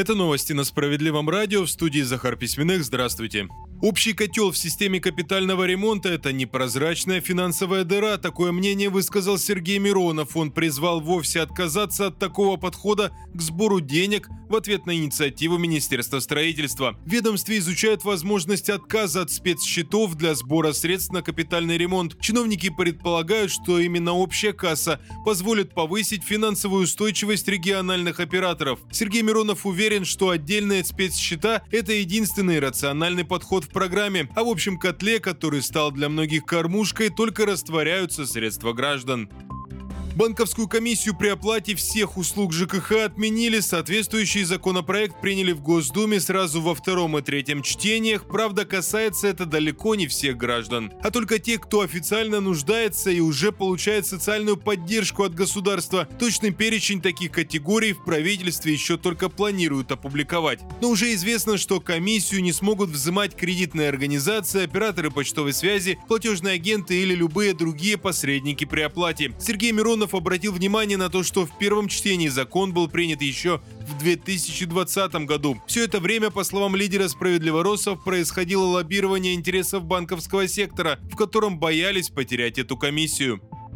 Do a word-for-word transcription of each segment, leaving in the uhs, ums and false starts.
Это новости на Справедливом радио, в студии Захар Письменных. Здравствуйте. Общий котел в системе капитального ремонта – это непрозрачная финансовая дыра. Такое мнение высказал Сергей Миронов. Он призвал вовсе отказаться от такого подхода к сбору денег в ответ на инициативу Министерства строительства. В ведомстве изучают возможность отказа от спецсчетов для сбора средств на капитальный ремонт. Чиновники предполагают, что именно общая касса позволит повысить финансовую устойчивость региональных операторов. Сергей Миронов уверен, что отдельные спецсчета – это единственный рациональный подход в программе, а в общем котле, который стал для многих кормушкой, только растворяются средства граждан. Банковскую комиссию при оплате всех услуг ЖКХ отменили. Соответствующий законопроект приняли в Госдуме сразу во втором и третьем чтениях. Правда, касается это далеко не всех граждан, а только тех, кто официально нуждается и уже получает социальную поддержку от государства. Точный перечень таких категорий в правительстве еще только планируют опубликовать. Но уже известно, что комиссию не смогут взимать кредитные организации, операторы почтовой связи, платежные агенты или любые другие посредники при оплате. Сергей Миронов обратил внимание на то, что в первом чтении закон был принят еще в две тысячи двадцатом году. Все это время, по словам лидера справедливоросов, происходило лоббирование интересов банковского сектора, в котором боялись потерять эту комиссию.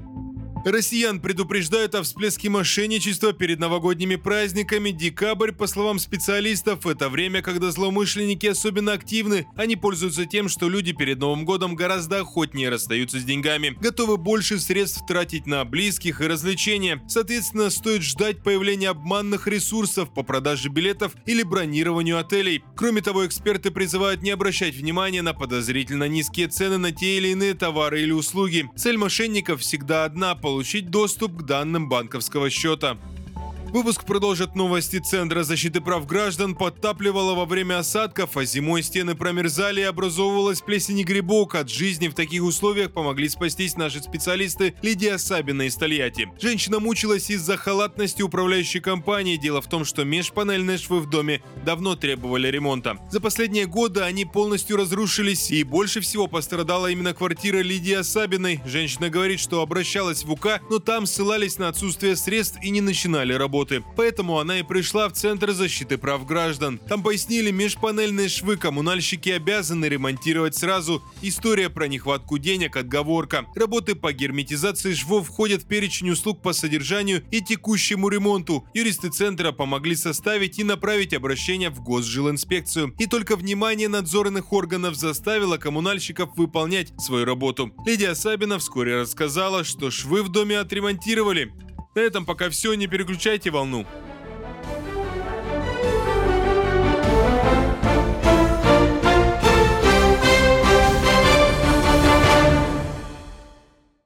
Россиян предупреждают о всплеске мошенничества перед новогодними праздниками. Декабрь, по словам специалистов, это время, когда злоумышленники особенно активны. Они пользуются тем, что люди перед Новым годом гораздо охотнее расстаются с деньгами, готовы больше средств тратить на близких и развлечения. Соответственно, стоит ждать появления обманных ресурсов по продаже билетов или бронированию отелей. Кроме того, эксперты призывают не обращать внимания на подозрительно низкие цены на те или иные товары или услуги. Цель мошенников всегда одна – получить доступ к данным банковского счета. Выпуск продолжит новости Центра защиты прав граждан. Подтапливало во время осадков, а зимой стены промерзали и образовывалась плесень и грибок. От жизни в таких условиях помогли спастись наши специалисты Лидия Сабина из Тольятти. Женщина мучилась из-за халатности управляющей компании. Дело в том, что межпанельные швы в доме давно требовали ремонта. За последние годы они полностью разрушились, и больше всего пострадала именно квартира Лидии Сабиной. Женщина говорит, что обращалась в УК, но там ссылались на отсутствие средств и не начинали работу. Поэтому она и пришла в Центр защиты прав граждан. Там пояснили, межпанельные швы коммунальщики обязаны ремонтировать сразу. История про нехватку денег – отговорка. Работы по герметизации швов входят в перечень услуг по содержанию и текущему ремонту. Юристы Центра помогли составить и направить обращение в Госжилинспекцию. И только внимание надзорных органов заставило коммунальщиков выполнять свою работу. Лидия Сабина вскоре рассказала, что швы в доме отремонтировали. На этом пока все, не переключайте волну.